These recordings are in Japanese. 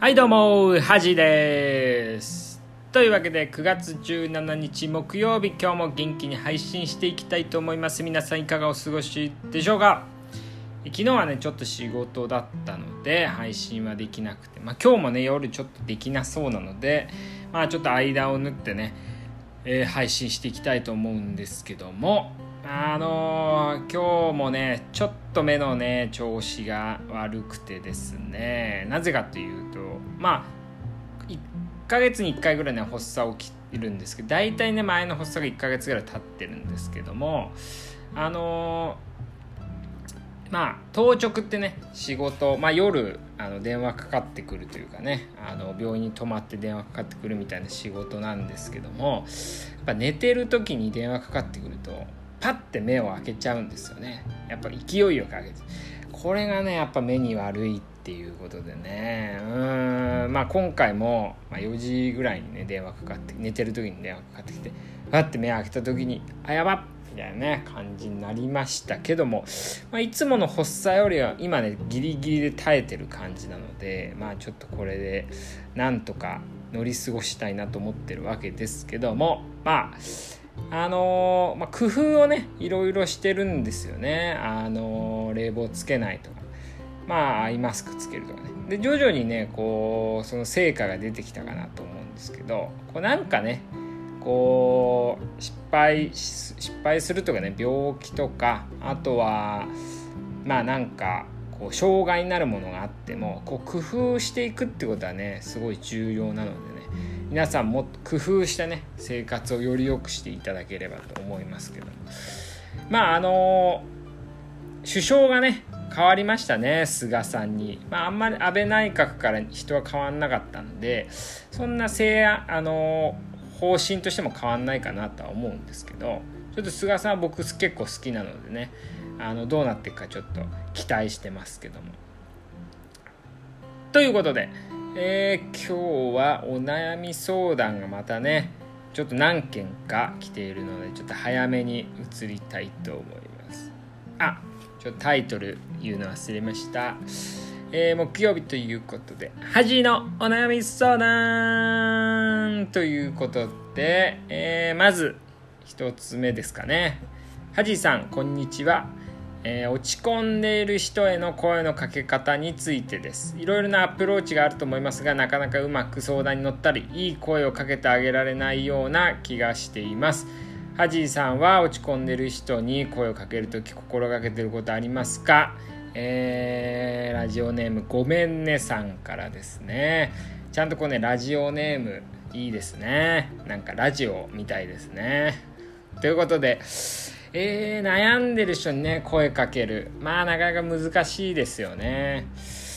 はいどうもはじです。というわけで9月17日木曜日、今日も元気に配信していきたいと思います。皆さんいかがお過ごしでしょうか。昨日はねちょっと仕事だったので配信はできなくて、今日もね夜ちょっとできなそうなので、ちょっと間を縫ってね、配信していきたいと思うんですけども、今日もねちょっと目のね調子が悪くてですね、なぜかというと1ヶ月に1回ぐらいね発作起きるんですけど、大体ね前の発作が1ヶ月ぐらい経ってるんですけども、当直ってね仕事、夜電話かかってくるというかね、病院に泊まって電話かかってくるみたいな仕事なんですけども、やっぱ寝てる時に電話かかってくるとパッて目を開けちゃうんですよね。やっぱ勢いよく開けて、これがねやっぱ目に悪いっていうことでね、今回も4時ぐらいにね電話かかって、寝てる時に電話かかってきて、パッて目を開けた時にやばっみたいなね感じになりましたけども、いつもの発作よりは今ねギリギリで耐えてる感じなので、ちょっとこれでなんとか乗り過ごしたいなと思ってるわけですけども、工夫をねいろいろしてるんですよね。冷房つけないとか、アイマスクつけるとかね。で徐々にねその成果が出てきたかなと思うんですけど、なんかね失敗するとかね、病気とか、あとは障害になるものがあっても工夫していくってことはねすごい重要なのでね、皆さんも工夫してね生活をより良くしていただければと思いますけども、首相がね変わりましたね、菅さんに。あんまり安倍内閣から人は変わんなかったんで、そんな方針としても変わんないかなとは思うんですけど、ちょっと菅さんは僕結構好きなのでね、どうなっていくかちょっと期待してますけども。ということで、今日はお悩み相談がまたねちょっと何件か来ているので、ちょっと早めに移りたいと思います。ちょっとタイトル言うの忘れました。木曜日ということで、はじのお悩み相談ということで、まず一つ目ですかね。はじさんこんにちは。落ち込んでいる人への声のかけ方についてです。いろいろなアプローチがあると思いますが、なかなかうまく相談に乗ったりいい声をかけてあげられないような気がしています。はじさんは落ち込んでいる人に声をかけるとき心がけていることありますか？ラジオネームごめんねさんからですね。ちゃんとラジオネームいいですね。なんかラジオみたいですね。ということで、悩んでる人にね声かける、なかなか難しいですよね。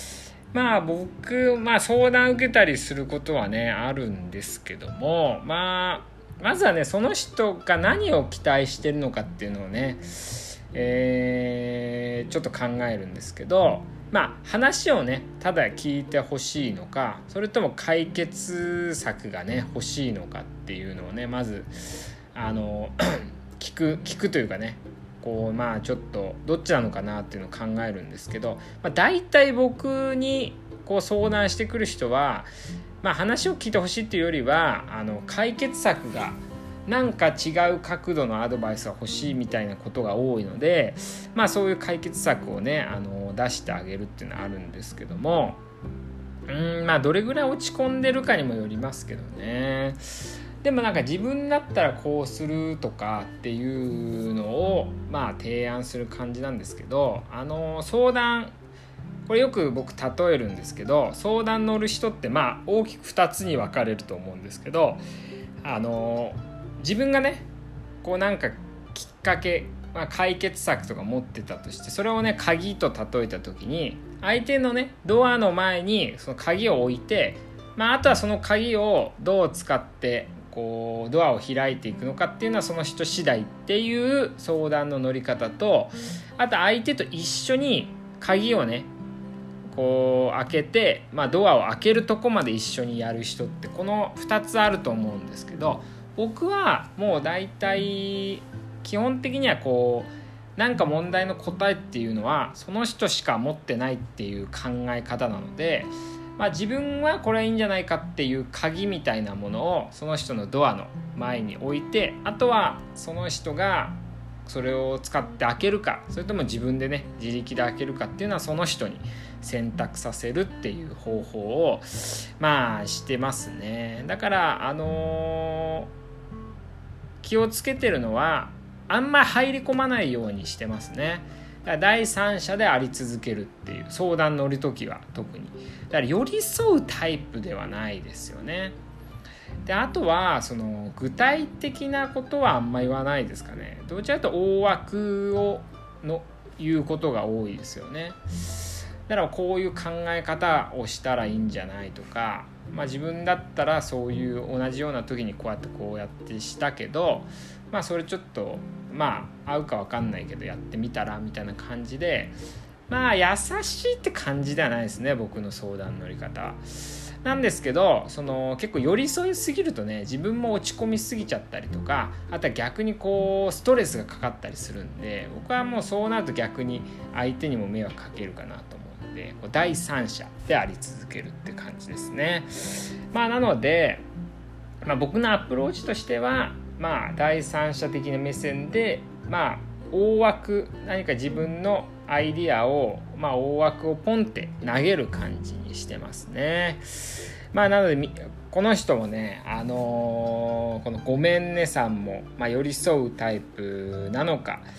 僕相談受けたりすることはねあるんですけども、まずはねその人が何を期待してるのかっていうのをね、ちょっと考えるんですけど、話をねただ聞いてほしいのか、それとも解決策がね欲しいのかっていうのをねまず聞くというかね、ちょっとどっちなのかなっていうのを考えるんですけど、大体僕に相談してくる人は、話を聞いてほしいっていうよりは解決策がなんか違う角度のアドバイスが欲しいみたいなことが多いので、そういう解決策をね出してあげるっていうのはあるんですけども、どれぐらい落ち込んでるかにもよりますけどね。でも自分だったらこうするとかっていうのを提案する感じなんですけど、相談、これよく僕例えるんですけど、相談乗る人って大きく2つに分かれると思うんですけど、自分がねきっかけ、解決策とか持ってたとして、それをね鍵と例えた時に、相手のねドアの前にその鍵を置いて、あとはその鍵をどう使ってドアを開いていくのかっていうのはその人次第っていう相談の乗り方と、あと相手と一緒に鍵をね開けて、ドアを開けるとこまで一緒にやる人って、この2つあると思うんですけど、僕はもう大体基本的にはなんか問題の答えっていうのはその人しか持ってないっていう考え方なので、 自分はこれはいいんじゃないかっていう鍵みたいなものをその人のドアの前に置いて、あとはその人がそれを使って開けるか、それとも自分でね自力で開けるかっていうのはその人に選択させるっていう方法をしてますね。だから気をつけてるのはあんまり入り込まないようにしてますね。だから第三者であり続けるっていう、相談乗るときは特にだから寄り添うタイプではないですよね。であとはその具体的なことはあんま言わないですかね。どちらかというと大枠を言うことが多いですよね。だからこういう考え方をしたらいいんじゃないとか、自分だったらそういう同じような時にこうやってしたけど、それちょっと合うか分かんないけどやってみたらみたいな感じで、優しいって感じではないですね、僕の相談乗り方なんですけど、結構寄り添いすぎるとね、自分も落ち込みすぎちゃったりとか、あとは逆にストレスがかかったりするんで、僕はもうそうなると逆に相手にも迷惑かけるかなと思うので、第三者であり続けるって感じですね。なので、僕のアプローチとしては第三者的な目線で大枠、何か自分のアイディアを大枠をポンって投げる感じにしてますね。なのでこの人もね、このごめんねさんも、寄り添うタイプなのか、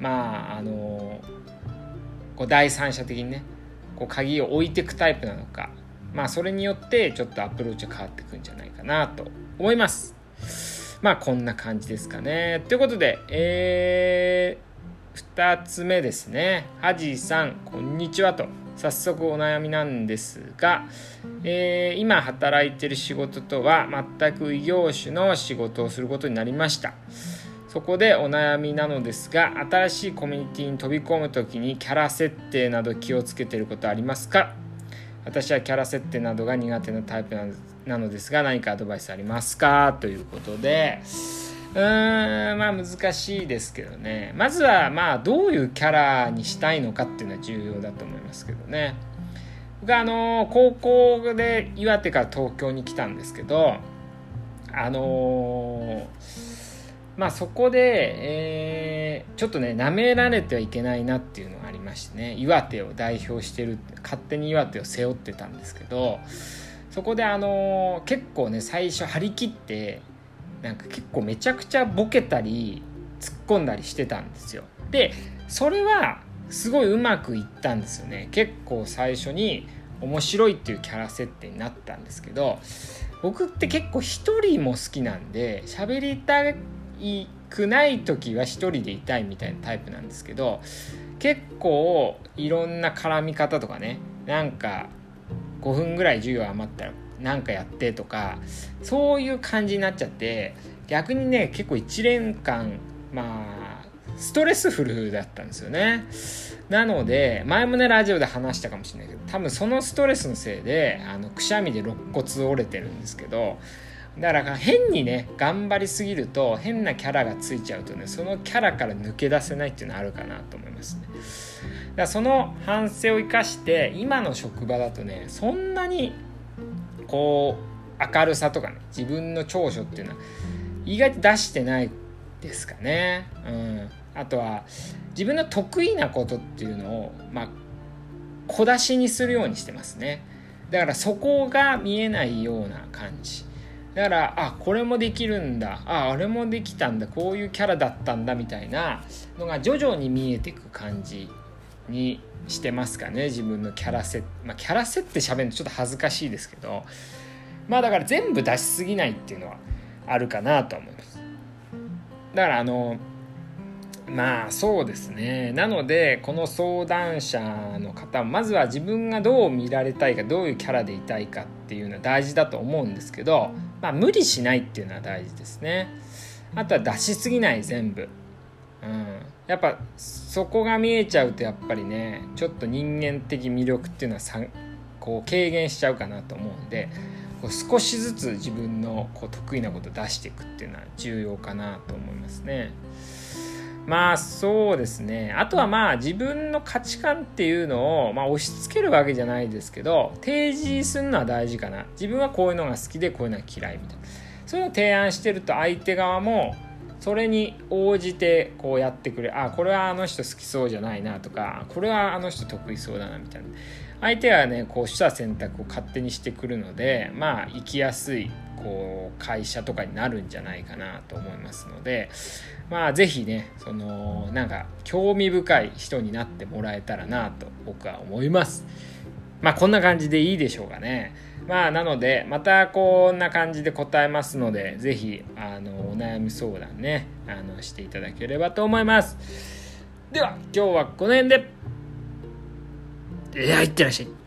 第三者的にね鍵を置いていくタイプなのか、それによってちょっとアプローチが変わってくるんじゃないかなと思います。こんな感じですかね。ということで、2つ目ですね。ハジさんこんにちはと、早速お悩みなんですが、今働いている仕事とは全く異業種の仕事をすることになりました。そこでお悩みなのですが、新しいコミュニティに飛び込むときにキャラ設定など気をつけていることありますか？私はキャラ設定などが苦手なタイプなのですが、何かアドバイスありますか？ということで、難しいですけどね。まずはどういうキャラにしたいのかっていうのは重要だと思いますけどね。僕は高校で岩手から東京に来たんですけど、そこで、ちょっとね舐められてはいけないなっていうのがありましてね、岩手を代表してる、勝手に岩手を背負ってたんですけど、そこで結構ね最初張り切って結構めちゃくちゃボケたり突っ込んだりしてたんですよ。でそれはすごいうまくいったんですよね。結構最初に面白いっていうキャラ設定になったんですけど、僕って結構一人も好きなんで、喋りたくない時は一人でいたいみたいなタイプなんですけど、結構いろんな絡み方とかね、5分ぐらい授業余ったらやってとか、そういう感じになっちゃって、逆にね結構1年間ストレスフルだったんですよね。なので前もねラジオで話したかもしれないけど、多分そのストレスのせいでくしゃみで肋骨折れてるんですけど、だから変にね頑張りすぎると変なキャラがついちゃうとね、そのキャラから抜け出せないっていうのはあるかなと思いますね。だからその反省を生かして今の職場だとね、そんなに明るさとかね自分の長所っていうのは意外と出してないですかね。あとは自分の得意なことっていうのを小出しにするようにしてますね。だからそこが見えないような感じだから、これもできるんだ、あれもできたんだ、こういうキャラだったんだみたいなのが徐々に見えていく感じにしてますかね。自分のキャラ設って喋るのちょっと恥ずかしいですけど、だから全部出しすぎないっていうのはあるかなと思います。だからそうですね。なのでこの相談者の方、まずは自分がどう見られたいか、どういうキャラでいたいかっていうのは大事だと思うんですけど、無理しないっていうのは大事ですね。あとは出しすぎない、全部。やっぱそこが見えちゃうとやっぱりね、ちょっと人間的魅力っていうのは軽減しちゃうかなと思うんで、少しずつ自分の得意なことを出していくっていうのは重要かなと思いますね。 まあそうですね。あとはまあ自分の価値観っていうのを、押し付けるわけじゃないですけど、提示するのは大事かな。自分はこういうのが好きでこういうのが嫌いみたいな、そういうのを提案してると相手側もそれに応じてこうやってくれ、これはあの人好きそうじゃないなとか、これはあの人得意そうだなみたいな、相手はねこうした選択を勝手にしてくるので、生きやすいこう会社とかになるんじゃないかなと思いますので、ぜひねなんか興味深い人になってもらえたらなと僕は思います。こんな感じでいいでしょうかね。なのでまたこんな感じで答えますので、ぜひお悩み相談ねしていただければと思います。では今日はこの辺で、いってらっしゃい。